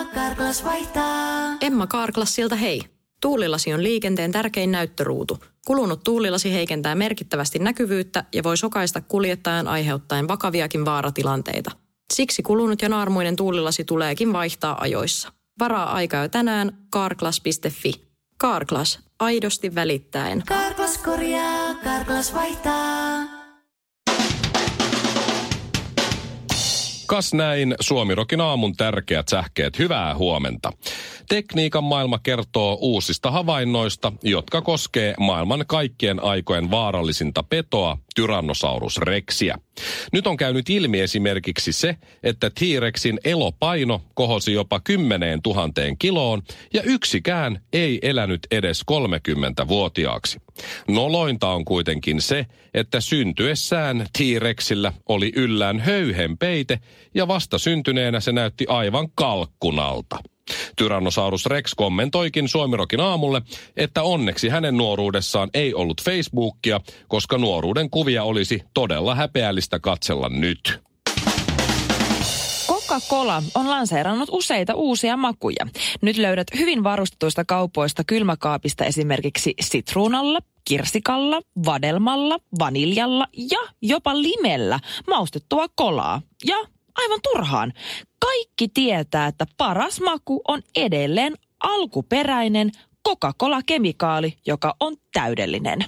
Carglass vaihtaa. Emma Carglassilta hei. Tuulilasi on liikenteen tärkein näyttöruutu. Kulunut tuulilasi heikentää merkittävästi näkyvyyttä ja voi sokaista kuljettajan aiheuttaen vakaviakin vaaratilanteita. Siksi kulunut ja naarmuinen tuulilasi tuleekin vaihtaa ajoissa. Varaa aika jo tänään carglass.fi. Carglass, aidosti välittäen. Carglass korjaa, Carglass vaihtaa. Kas näin Suomi-rokin aamun tärkeät sähkeet. Hyvää huomenta. Tekniikan maailma kertoo uusista havainnoista, jotka koskee maailman kaikkien aikojen vaarallisinta petoa, Tyrannosaurus rexiä. Nyt on käynyt ilmi esimerkiksi se, että T-rexin elopaino kohosi jopa 10 000 kiloon ja yksikään ei elänyt edes 30-vuotiaaksi. Nolointa on kuitenkin se, että syntyessään T-rexillä oli yllään höyhenpeite ja vasta syntyneenä se näytti aivan kalkkunalta. Tyrannosaurus Rex kommentoikin Suomi-rokin aamulle, että onneksi hänen nuoruudessaan ei ollut Facebookia, koska nuoruuden kuvia olisi todella häpeällistä katsella nyt. Coca-Cola on lanseerannut useita uusia makuja. Nyt löydät hyvin varustetuista kaupoista kylmäkaapista esimerkiksi sitruunalla, kirsikalla, vadelmalla, vaniljalla ja jopa limellä maustettua kolaa. Ja aivan turhaan. Kaikki tietää, että paras maku on edelleen alkuperäinen Coca-Cola-kemikaali, joka on täydellinen.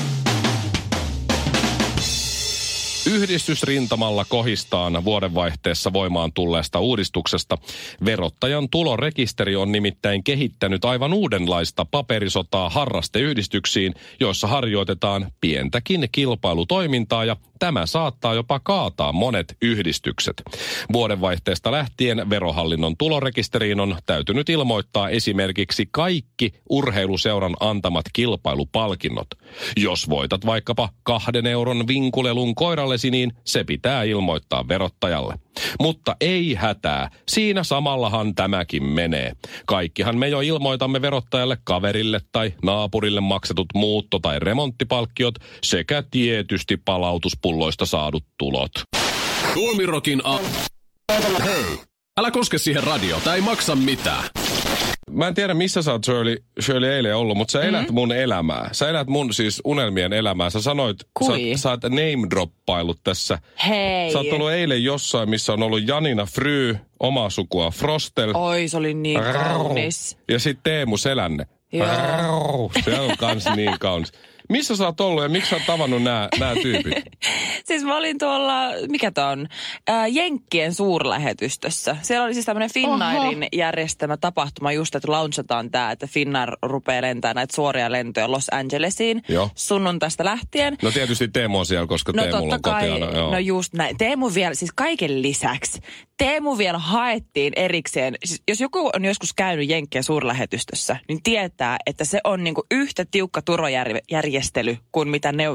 Yhdistysrintamalla kohistaan vuodenvaihteessa voimaan tulleesta uudistuksesta. Verottajan tulorekisteri on nimittäin kehittänyt aivan uudenlaista paperisotaa harrasteyhdistyksiin, joissa harjoitetaan pientäkin kilpailutoimintaa ja tämä saattaa jopa kaataa monet yhdistykset. Vuodenvaihteesta lähtien Verohallinnon tulorekisteriin on täytynyt ilmoittaa esimerkiksi kaikki urheiluseuran antamat kilpailupalkinnot. Jos voitat vaikkapa 2 euron vinkulelun koirallesi, niin se pitää ilmoittaa verottajalle. Mutta ei hätää, siinä samallahan tämäkin menee. Kaikkihan me jo ilmoitamme verottajalle, kaverille tai naapurille maksetut muutto- tai remonttipalkkiot sekä tietysti palautuspulloista saadut tulot. Suomi-rokin Hei, älä koske siihen radiota, ei maksa mitään. Mä en tiedä, missä sä oot Shirley eilen ollut, mutta sä elät mun elämää. Sä elät mun siis unelmien elämää. Sä sanoit, sä oot name-droppailut tässä. Hei. Sä oot ollut eilen jossain, missä on ollut Janina Fry, omaa sukua Frostel. Oi, se oli niin kaunis. Ja sitten Teemu Selänne. Joo. Se on kans niin kaunis. Missä sä oot ollut ja miksi sä oot tavannut nää tyypit? Siis mä olin tuolla, mikä tää on, Jenkkien suurlähetystössä. Siellä oli siis tämmönen Finnairin järjestämä tapahtuma just, että launchataan tää, että Finnair rupeaa lentää näitä suoria lentoja Los Angelesiin sunnuntaista lähtien. No tietysti Teemu on siellä, koska Teemulla on kotiana. Joo. No just näin. Teemu vielä, siis kaiken lisäksi, Teemu vielä haettiin erikseen. Siis jos joku on joskus käynyt Jenkkien suurlähetystössä, niin tietää, että se on niinku yhtä tiukka turvajärjestely kuin mitä ne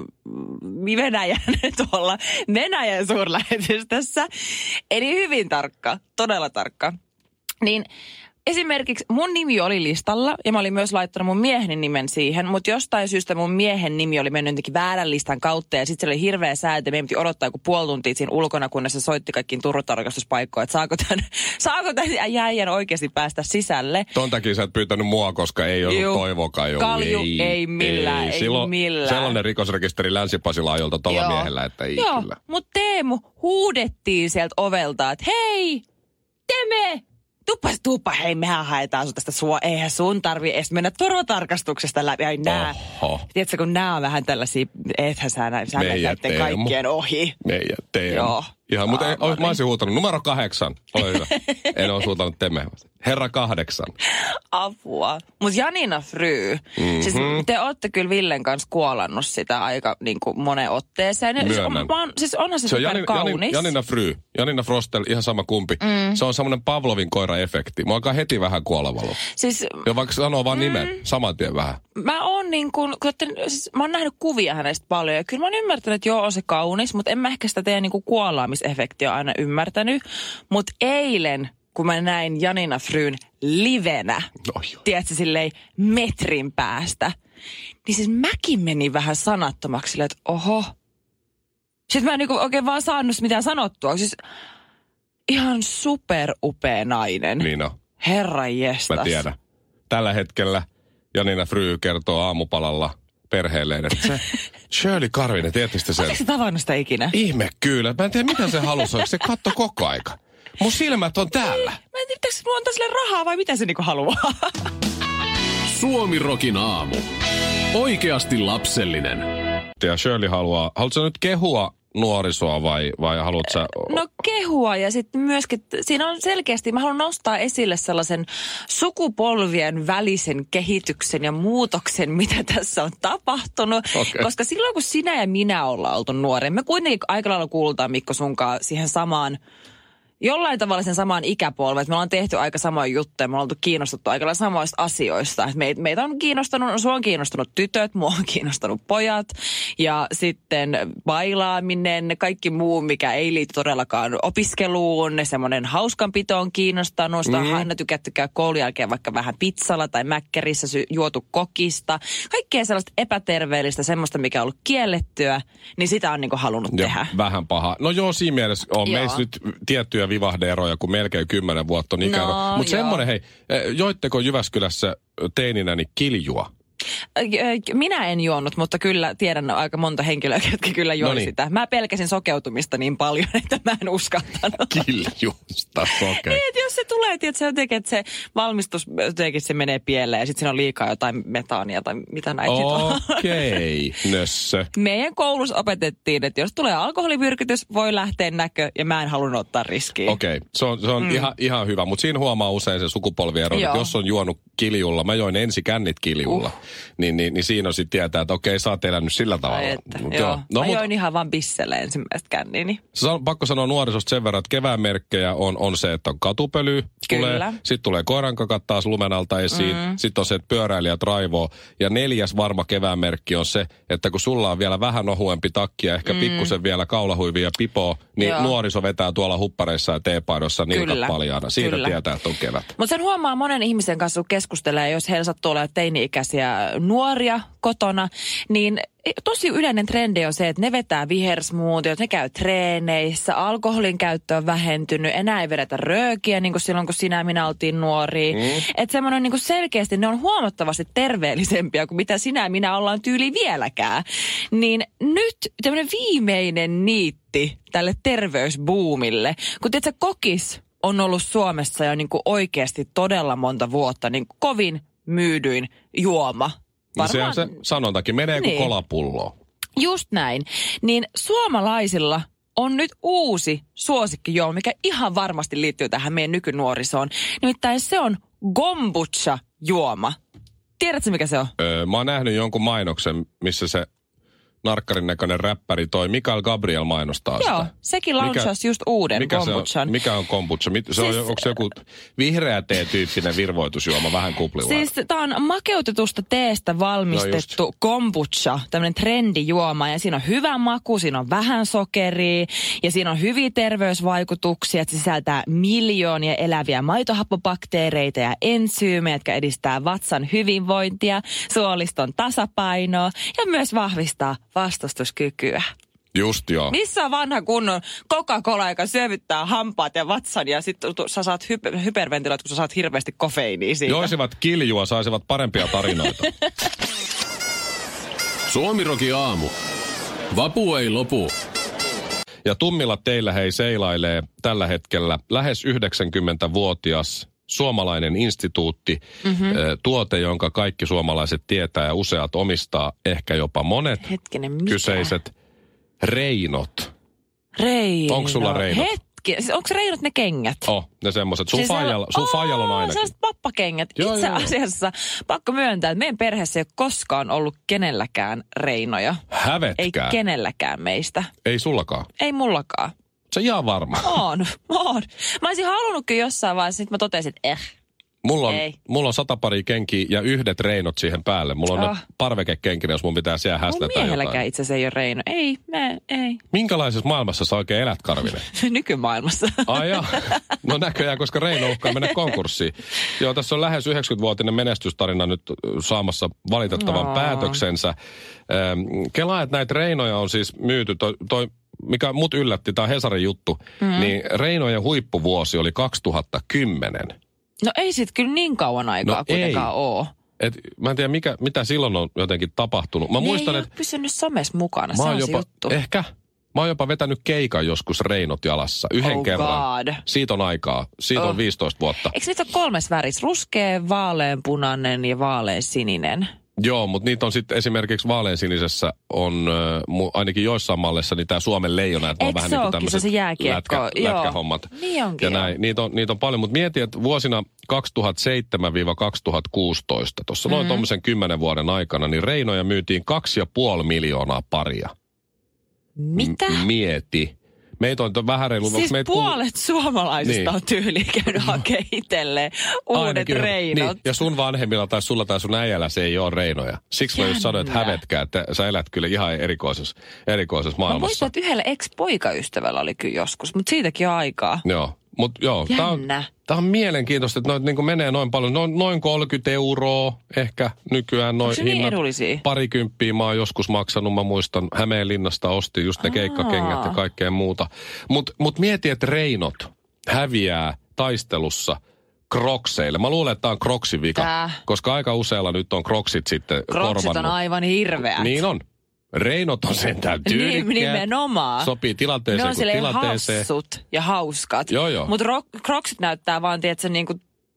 Venäjän suurlähetystössä. Eli hyvin tarkka, todella tarkka. Niin esimerkiksi mun nimi oli listalla ja mä olin myös laittanut mun miehen nimen siihen, mutta jostain syystä mun miehen nimi oli mennyt jotenkin väärän listan kautta ja sitten se oli hirveä sääntö. Meidän piti odottaa joku puoli tuntia siinä ulkona, kunnes se soitti kaikkiin turvatarkastuspaikkoihin, että saako tämän jäijän oikeasti päästä sisälle. Ton takia sä et pyytänyt mua, koska ei ollut toivokaan. Kalju, ei millään, ei millään. Sellainen rikosrekisteri Länsi-Pasilan ajolta tuolla miehellä, että ei kyllä. Mutta Teemu huudettiin sieltä ovelta, että hei, Teme! Tuuppa, hei, mehän haetaan sun tästä eihän sun tarvii edes mennä turvatarkastuksesta läpi. Ai nää, tiedätkö, kun nää on vähän tällaisia, ethän sä näin näiden kaikkien ohi. Meidän Teemu. Joo. Ihan, mutta mä olisin huutanut numero 8. Ole hyvä. En ole huutanut Teme. Herra 8. Apua. Mutta Janina Fry, siis te ootte kyllä Villen kanssa kuolannut sitä aika niin kuin moneen otteeseen. Siis onhan se super kaunis. Janina Fry, Janina Frostel, ihan sama kumpi. Se on semmoinen Pavlovin koira-efekti. Mä alkaa heti vähän kuolevalo. Siis, ja vaikka sanoo vaan nimen, saman tien vähän. Mä oon niin kuin, siis, mä oon nähnyt kuvia hänestä paljon ja kyllä mä oon ymmärtänyt, että joo, on se kaunis, mutta en mä ehkä sitä teidän niin kuin kuolaamisefektiä aina ymmärtänyt. Mutta eilen, kun mä näin Janina Fryn livenä, tiedätkö, silleen metrin päästä, niin siis mäkin menin vähän sanattomaksi silleen, että oho. Sitten mä en niin oikein vaan saanut mitään sanottua. Siis ihan superupea nainen. Niin on. Herranjestas. Mä tiedän. Tällä hetkellä Janina Fry kertoo aamupalalla perheelleen, että se Shirley Karvinen, tiedättekö sen? Oletko sä tavannut sitä ikinä? Ihme kyllä. Mä en tiedä, mitä se halusi. Se katto koko aika. Mun silmät on täällä. Mä en tiedä, pitääkö mulla antaa sille rahaa vai mitä se niinku haluaa? Suomirokin aamu. Oikeasti lapsellinen. Ja Shirley haluatko sä nyt kehua nuorisoa vai haluatko sä... No kehua ja sitten myöskin, siinä on selkeästi, mä haluan nostaa esille sellaisen sukupolvien välisen kehityksen ja muutoksen, mitä tässä on tapahtunut. Okay. Koska silloin kun sinä ja minä ollaan oltu nuoria, me kuitenkin aika lailla kuulutaan Mikko sunkaan siihen samaan, jollain tavalla sen samaan ikäpolveen. Me ollaan tehty aika samoja juttuja, me ollaan oltu kiinnostuttu aika lailla samoista asioista. Meitä on kiinnostanut, sua on kiinnostanut tytöt, mua on kiinnostanut pojat ja sitten bailaaminen, kaikki muu, mikä ei liity todellakaan opiskeluun, semmoinen hauskanpito on kiinnostanut. Sitä on aina tykätty käydä koulun jälkeen vaikka vähän pizzalla tai mäkkärissä juotu kokista. Kaikkea sellaista epäterveellistä, semmoista, mikä on ollut kiellettyä, niin sitä on niinku halunnut tehdä. Vähän paha. No joo, siinä mielessä on meissä nyt tiettyjä vivahde-eroja, kun melkein 10 vuotta on ikäero. No, mutta semmoinen, hei, joitteko Jyväskylässä teininäni kiljua? Minä en juonut, mutta kyllä tiedän aika monta henkilöä, jotka kyllä juoni sitä. Mä pelkäsin sokeutumista niin paljon, että mä en uskaltanut. Kiljusta sokea. Niin, että jos se tulee, että jotenkin, että se valmistus jotenkin se menee pieleen ja sitten siinä on liikaa jotain metaania tai mitä näitä Okei, nössö. Meidän koulussa opetettiin, että jos tulee alkoholimyrkytys, voi lähteä näkö ja mä en halunnut ottaa riskiä. Okei, se on ihan hyvä, mutta siinä huomaa usein se sukupolviero, että jos on juonut kiljulla, mä join ensi kännit kiljulla. Niin siinä on sitten tietää, että okei, sä oot elänyt sillä tavalla. Mä join ihan vaan bisselle ensimmäistä känniini. Pakko sanoa nuorisosta sen verran, että kevään merkkejä on se, että on katupöly. Sitten tulee koirankakat taas lumen alta esiin. Sitten on se, että pyöräilijät raivoo. Ja 4. varma kevään merkki on se, että kun sulla on vielä vähän ohuempi takki ja ehkä pikkusen vielä kaulahuivia ja pipoa, niin nuoriso vetää tuolla huppareissa ja teepaidossa nilkat paljaana. Siitä tietää, että on kevät. Mutta sen huomaa monen ihmisen kanssa, kun keskustelee, jos heillä sattuu olemaan teini-ikäisiä nuoria kotona, niin tosi yleinen trendi on se, että ne vetää vihersmoothie, ne käy treeneissä, alkoholin käyttö on vähentynyt, enää ei vedetä röökiä niin kuin silloin, kun sinä ja minä oltiin nuoria. Että semmoinen niin kuin selkeästi, ne on huomattavasti terveellisempiä kuin mitä sinä ja minä ollaan tyyli vieläkään. Niin nyt tämmöinen viimeinen niitti tälle terveysbuumille, kun tiedätkö, kokis on ollut Suomessa jo niin kuin oikeasti todella monta vuotta niin kuin kovin myydyin juoma. Sehän se sanontakin menee kuin kolapulloa. Just näin. Niin suomalaisilla on nyt uusi suosikkijuoma, mikä ihan varmasti liittyy tähän meidän nykynuorisoon. Nimittäin se on kombucha-juoma. Tiedätkö, mikä se on? Mä oon nähnyt jonkun mainoksen, missä se narkkarin näköinen räppäri toi Mikael Gabriel mainostaa sitä. Joo, sekin launchasi just uuden kombuchan. Mikä on kombucha? Onko se joku vihreä tee-tyyppinen virvoitusjuoma, vähän kuplilla? Siis tää on makeutetusta teestä valmistettu kombucha, tämmönen trendijuoma. Ja siinä on hyvä maku, siinä on vähän sokeria ja siinä on hyviä terveysvaikutuksia. Se sisältää miljoonia eläviä maitohappobakteereita ja ensyymejä, jotka edistää vatsan hyvinvointia, suoliston tasapainoa ja myös vahvistaa vastustuskykyä. Just joo. Missä on vanha kunnon Coca-Cola, joka syövyttää hampaat ja vatsan ja sitten sä saat hyperventiloit, kun sä saat hirveästi kofeiiniä siitä. Joisivat kiljua, saisivat parempia tarinoita. Suomirokin aamu. Vapu ei lopu. Ja tummilla teillä hei seilailee tällä hetkellä lähes 90-vuotias suomalainen instituutti, tuote, jonka kaikki suomalaiset tietää ja useat omistaa, ehkä jopa monet kyseiset reinot. Reinot. Onko sulla reinot? Onko reinot ne kengät? Ne semmoiset. Sun faijalla on ainakin. Sellaiset pappakengät. Itse asiassa pakko myöntää, että meidän perheessä ei ole koskaan ollut kenelläkään reinoja. Hävetkää. Ei kenelläkään meistä. Ei sullakaan? Ei mullakaan. Se ihan varma. On. Mä olisin halunnutkin jossain vaiheessa, sitten mä totesin, että Mulla on 100 paria kenkiä ja yhdet reinot siihen päälle. Mulla on ne parvekekenkinä, jos mun pitää siellä häslätä jotain. Mun miehelläkään itse asiassa ei ole reino. Ei. Minkälaisessa maailmassa sä oikein elät, Karvinen? Nykymaailmassa. Ai no näköjään, koska reino uhkaa mennä konkurssiin. Joo, tässä on lähes 90-vuotinen menestystarina nyt saamassa valitettavan päätöksensä. Kelaa, että näitä reinoja on siis myyty, mikä mut yllätti, tämä on Hesarin juttu, niin reinojen huippuvuosi oli 2010. No ei sit kyllä niin kauan aikaa kuitenkaan oo. Mä en tiedä, mitä silloin on jotenkin tapahtunut. Mä muistan, ei ole pysynyt somessa mukana, se on se juttu. Ehkä. Mä oon jopa vetänyt keikan joskus reinot jalassa. Yhden kerran. God. Siitä on aikaa. Siitä on 15 vuotta. Eikö niitä ole 3 värissä? Ruskea, vaaleanpunainen ja vaaleansininen. Joo, mutta niitä on sitten esimerkiksi vaaleansinisessä on ainakin joissain malleissa niin tämä Suomen leijona, että on vähän niin kuin tämmöiset lätkähommat. Niin onkin. Ja näin, niitä on paljon, mutta mieti, että vuosina 2007-2016, tuossa noin tuommoisen 10 vuoden aikana, niin reinoja myytiin 2,5 miljoonaa paria. Mitä? Mieti. Meitä on vähän reilu. Siis puolet suomalaisista on tyyliin käynyt hakemaan itselleen uudet reinot. Niin. Ja sun vanhemmilla tai sulla tai sun äijällä se ei ole reinoja. Siksi mä just sanoin, että hävetkää, että sä elät kyllä ihan erikoisessa maailmassa. Mä muistan, että yhdellä ex-poikaystävällä oli kyllä joskus, mutta siitäkin on aikaa. Joo. Mutta joo, tää on mielenkiintoista, että noit niinku menee noin paljon. Noin 30 € ehkä nykyään noin hinnat. Niin edullisia? Parikymppiä mä oon joskus maksanut, mä muistan. Hämeenlinnasta ostin just ne keikkakengät ja kaikkea muuta. Mut mieti, että reinot häviää taistelussa Crocseille. Mä luulen, että tää on Crocsin vika, koska aika usealla nyt on Crocsit sitten korvannut. Crocsit on aivan hirveät. Niin on. Reinot on sentään tyylikkäät. Nimenomaan. Sopii tilanteeseen kuin tilanteeseen. Ne on hassut ja hauskat. Joo. Mutta Crocsit näyttää vaan, tiedätkö, niinku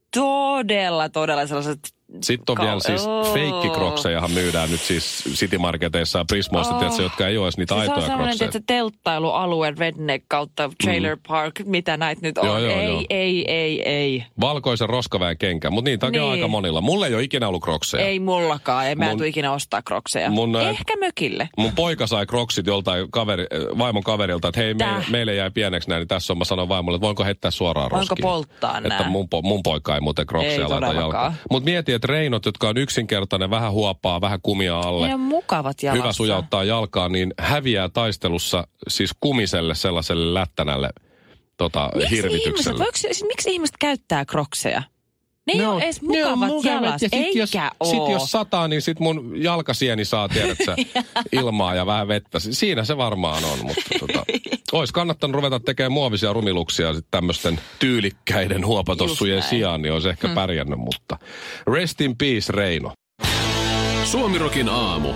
todella sellaiset... Sitten on vielä siis feikkikroksejahan myydään nyt siis Citymarketeissa ja Prismoissa, tiedätkö, jotka ei ole edes niitä aitoja krokseja. Se on sellainen, tiedätkö, telttailualue, redneck kautta trailer park, mitä näitä nyt on. Joo. Ei. Valkoisen roskaväen kenkä, mutta niitäkin on aika monilla. Mulla ei ole ikinä ollut krokseja. Ei mullakaan, mä en tule ikinä ostaa krokseja. Ehkä mökille. Mun poika sai kroksit joltain vaimon kaverilta, että hei, meille jäi pieneksi näin, niin tässä on mä sanon vaimolle, että voinko heittää suoraan roskiin. Voinko polttaa nää? Että mun poika ei muuten krokseja laita jalkaan. Mutta mieti, että reinot, jotka on yksinkertainen, vähän huopaa, vähän kumia alle. Ne on mukavat jalassa. Hyvä sujauttaa jalkaan, niin häviää taistelussa siis kumiselle sellaiselle lättänälle hirvitykselle. Miksi ihmiset käyttää krokseja? Ne ei ole edes mukavat jalassa, eikä ole. Sitten jos sataa, niin sit mun jalkasieni saa, tiedätkö, ilmaa ja vähän vettä. Siinä se varmaan on, mutta olisi kannattanut ruveta tekemään muovisia rumiluksia sitten tämmöisten tyylikkäiden huopatossujen sijaan, niin olisi ehkä pärjännyt, mutta rest in peace, Reino. Suomirokin aamu.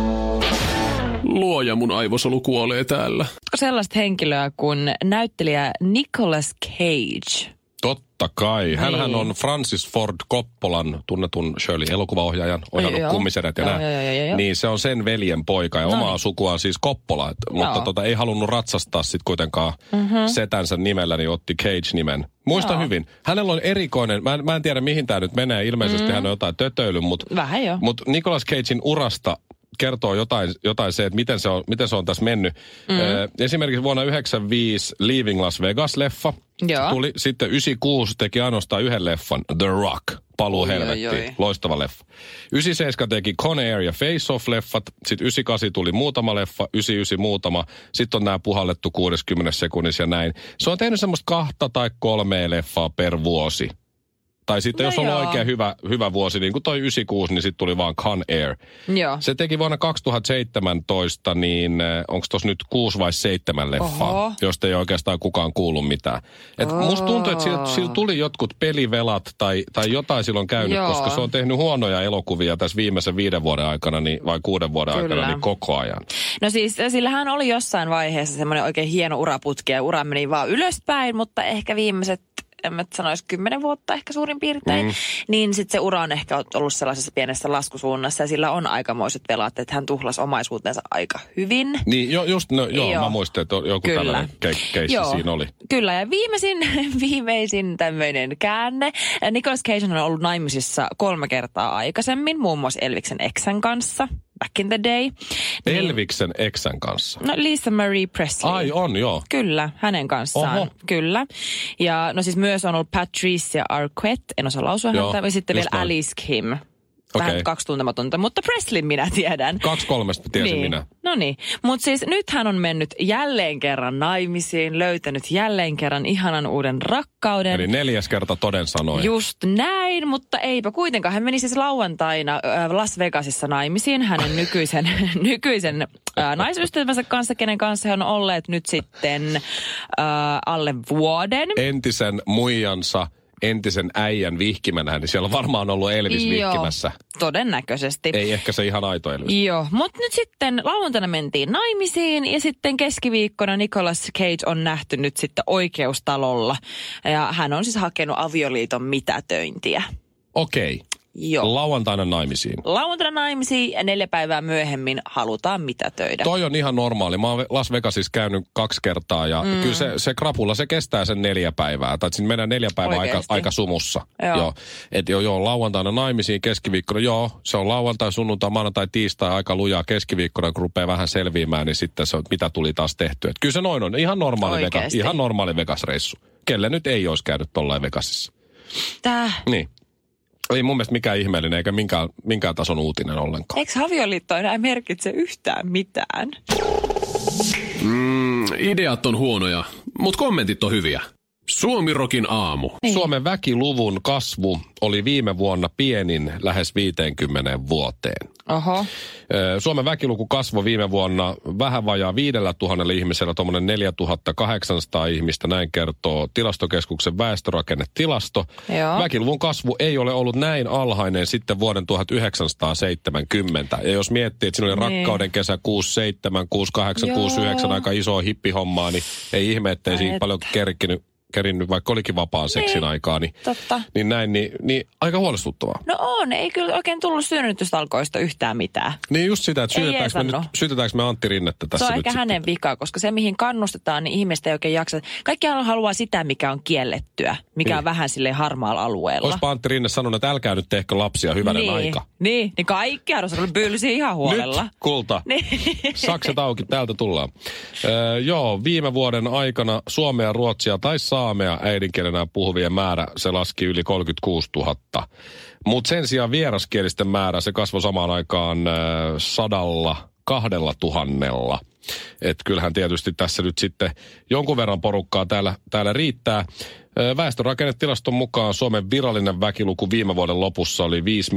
Luoja, mun aivosolu kuolee täällä. Sellaista henkilöä kuin näyttelijä Nicolas Cage. Totta kai. Hänhän on Francis Ford Coppolan tunnetun Shirley-elokuvaohjaajan, ohjannut Kummisedät ja näin. Niin se on sen veljen poika ja omaa sukuaan siis Coppola. Mutta ei halunnut ratsastaa sitten kuitenkaan setänsä nimellä, niin otti Cage-nimen. Muistan hyvin. Hänellä on erikoinen, mä en tiedä mihin tämä nyt menee, ilmeisesti hän on jotain tötöily, mutta Nicolas Cagein urasta kertoo jotain se, että miten se on tässä mennyt. Esimerkiksi vuonna 1995 Leaving Las Vegas-leffa tuli. Sitten 1996 teki ainoastaan yhden leffan, The Rock, Paluu helvettiin. Loistava leffa. 1997 teki Con Air ja Face Off-leffat. Sitten 1998 tuli muutama leffa, 1999 muutama. Sitten on nämä puhallettu 60 sekunnissa ja näin. Se on tehnyt semmoista 2 tai 3 leffaa per vuosi. Tai sitten jos on oikein hyvä vuosi, niin kuin toi 96, niin sitten tuli vaan Con Air. Joo. Se teki vuonna 2017, niin onko tuossa nyt 6 vai 7 leffaa, josta ei oikeastaan kukaan kuullut mitään. Et musta tuntuu, että sillä tuli jotkut pelivelat tai jotain silloin käynyt, koska se on tehnyt huonoja elokuvia tässä viimeisen 5 vuoden aikana vai 6 vuoden aikana niin koko ajan. No siis sillähän oli jossain vaiheessa semmoinen oikein hieno uraputki ja ura meni vaan ylöspäin, mutta ehkä viimeiset en mä sanoisi 10 vuotta ehkä suurin piirtein, niin sitten se ura on ehkä ollut sellaisessa pienessä laskusuunnassa ja sillä on aikamoiset velat, että hän tuhlasi omaisuutensa aika hyvin. Niin, mä muistin, että joku tällainen keissi siinä oli. Kyllä, ja viimeisin tämmöinen käänne. Nicolas Cage on ollut naimisissa 3 kertaa aikaisemmin, muun muassa Elviksen eksän kanssa. Back in the day. Elviksen eksän kanssa? No Lisa Marie Presley. Ai on, joo. Kyllä, hänen kanssaan. Oho. Kyllä. Ja no siis myös on ollut Patricia Arquette, en osaa lausua häntä, ja sitten vielä Alice Kim. Vähän 2 tuntematonta, mutta Presleyn minä tiedän. 2-3 tiesin minä. No niin, mutta siis nyt hän on mennyt jälleen kerran naimisiin, löytänyt jälleen kerran ihanan uuden rakkauden. Eli 4. kerta toden sanoi. Just näin, mutta eipä kuitenkaan. Hän meni siis lauantaina Las Vegasissa naimisiin hänen nykyisen naisystävänsä kanssa, kenen kanssa he on olleet nyt sitten alle vuoden. Entisen muijansa entisen äijän vihkimänä, niin siellä on varmaan ollut Elvis vihkimässä. Todennäköisesti. Ei ehkä se ihan aito Elvis. Joo, mutta nyt sitten lauantaina mentiin naimisiin ja sitten keskiviikkona Nicolas Cage on nähty nyt sitten oikeustalolla. Ja hän on siis hakenut avioliiton mitätöintiä. Okei. Joo. Lauantaina naimisiin. Lauantaina naimisiin ja 4 päivää myöhemmin halutaan mitätöidä. Toi on ihan normaali. Mä oon Las Vegasissa käynyt 2 kertaa ja kyllä se krapula, se kestää sen 4 päivää. Tai siinä mennään 4 päivää aika sumussa. Joo. Että joo, lauantaina naimisiin, keskiviikkona, se on lauantai, sunnuntai, maanantai, tiistai aika lujaa. Keskiviikkona, kun rupeaa vähän selviämään, niin sitten se on, mitä tuli taas tehty. Et kyllä se noin on. Ihan normaali Vegas-reissu. Kelle nyt ei olisi käynyt tollain Vegasissa. Niin. Ei mun mielestä mikään ihmeellinen eikä minkään tason uutinen ollenkaan. Eikö avioliitto enää merkitse yhtään mitään? Ideat on huonoja, mutta kommentit on hyviä. Suomirokin aamu. Niin. Suomen väkiluvun kasvu oli viime vuonna pienin lähes 50 vuoteen. Oho. Suomen väkiluku kasvoi viime vuonna vähän vajaa 5 000 ihmisellä, tuommoinen 4 800 ihmistä, näin kertoo Tilastokeskuksen väestörakennetilasto. Joo. Väkiluvun kasvu ei ole ollut näin alhainen sitten vuoden 1970. Ja jos miettii, että siinä oli rakkauden kesä 67, 68, 69 aika isoa hippihommaa, niin ei ihme, ettei siinä paljon kerinnyt, vaikka olikin vapaan seksin aikaa, niin näin, niin aika huolestuttavaa. No on, ei kyllä oikein tullut synnytystalkoista yhtään mitään. Niin just sitä, että syytetäänkö me Antti Rinnettä tässä nyt. Se on ehkä hänen vika, koska se mihin kannustetaan, niin ihmiset ei oikein jaksa. Kaikki haluaa sitä, mikä on kiellettyä, mikä on vähän silleen harmaalla alueella. Olisipa Antti Rinne sanonut, että älkää nyt tehkö lapsia hyvänen aika. Niin kaikki arvoisa bylsiä ihan huolella. Nyt, kulta. Sakset auki, täältä tullaan. Viime vuoden aikana Suomea, Ruotsia tai saamea äidinkielenä puhuvien määrä, se laski yli 36 000. Mutta sen sijaan vieraskielisten määrä, se kasvoi samaan aikaan 102 000. Että kyllähän tietysti tässä nyt sitten jonkun verran porukkaa täällä riittää. Väestörakennetilaston mukaan Suomen virallinen väkiluku viime vuoden lopussa oli 5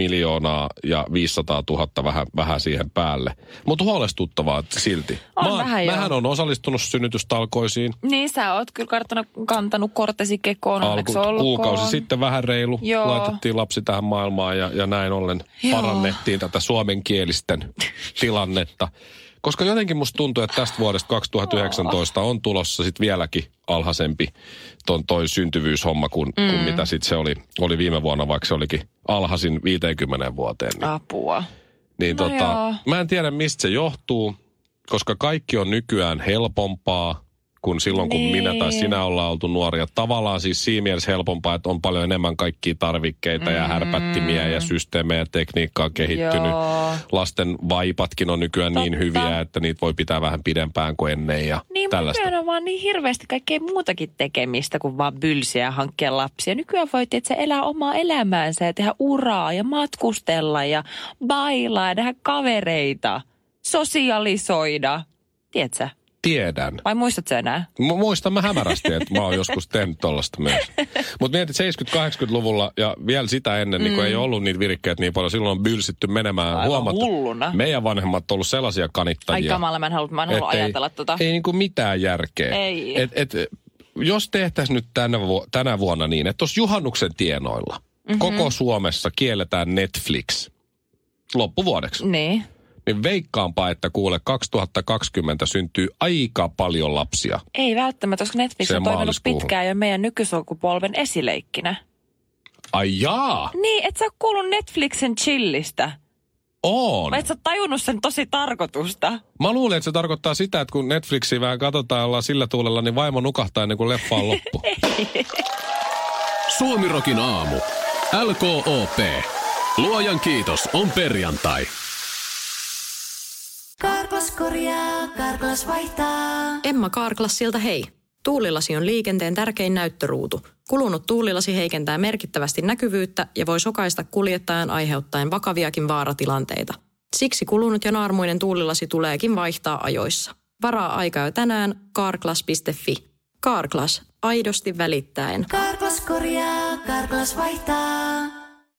500 000 vähän siihen päälle. Mutta huolestuttavaa silti. Mähän on osallistunut synnytystalkoisiin. Niin, sä oot kyllä kantanut kortesi kekoon. Kuukausi sitten vähän reilu. Joo. Laitettiin lapsi tähän maailmaan ja näin ollen parannettiin tätä suomenkielisten tilannetta. Koska jotenkin musta tuntuu, että tästä vuodesta 2019 on tulossa sitten vieläkin alhaisempi toi syntyvyyshomma kuin mitä sitten se oli viime vuonna, vaikka se olikin alhaisin 50 vuoteen. Niin. Apua. Niin mä en tiedä mistä se johtuu, koska kaikki on nykyään helpompaa kuin silloin, kun minä tai sinä ollaan oltu nuoria. Tavallaan siis siinä mielessä helpompaa, että on paljon enemmän kaikkia tarvikkeita ja härpättimiä ja systeemejä ja tekniikkaa on kehittynyt. Joo. Lasten vaipatkin on nykyään niin hyviä, että niitä voi pitää vähän pidempään kuin ennen ja tällaista. Nykyään on vaan niin hirveästi kaikkea muutakin tekemistä kuin vaan bylsiä ja hankkia lapsia. Nykyään voit itse elää omaa elämäänsä ja tehdä uraa ja matkustella ja bailaa ja nähdä kavereita, sosialisoida. Tiedätkö? Tiedän. Vai muistatko enää? Muistan mä hämärästi, että mä oon joskus tehnyt tollasta myös. Mutta mietit 70-80-luvulla ja vielä sitä ennen, niin kun ei ollut niitä virikkeitä niin paljon, silloin on bylsitty menemään hulluna. Meidän vanhemmat on ollut sellaisia kanittajia. Ai kamala, mä en halua ajatella tota. Ei niinku mitään järkeä. Ei. Jos tehtäisiin nyt tänä vuonna niin, että tuossa juhannuksen tienoilla koko Suomessa kielletään Netflix loppuvuodeksi. Niin veikkaanpa, että kuule 2020 syntyy aika paljon lapsia. Ei välttämättä, koska Netflix on toiminut pitkään jo meidän nykysukupolven esileikkinä. Ai jaa! Niin, et sä ole kuullut Netflixin chillistä. On. Et sä oot tajunnut sen tosi tarkoitusta. Mä luulin, että se tarkoittaa sitä, että kun Netflixiä vähän katsotaan ja ollaan sillä tuulella, niin vaimo nukahtaa ennen kuin leffa on loppu. Suomirokin aamu. LKOP. Luojan kiitos, on perjantai. Karklas korjaa, Karklas vaihtaa. Emma Karklassilta hei. Tuulilasi on liikenteen tärkein näyttöruutu. Kulunut tuulilasi heikentää merkittävästi näkyvyyttä ja voi sokaista kuljettajan aiheuttaen vakaviakin vaaratilanteita. Siksi kulunut ja naarmuinen tuulilasi tuleekin vaihtaa ajoissa. Varaa aikaa jo tänään karklas.fi. Karklas, aidosti välittäen. Karklas korjaa, Karklas vaihtaa.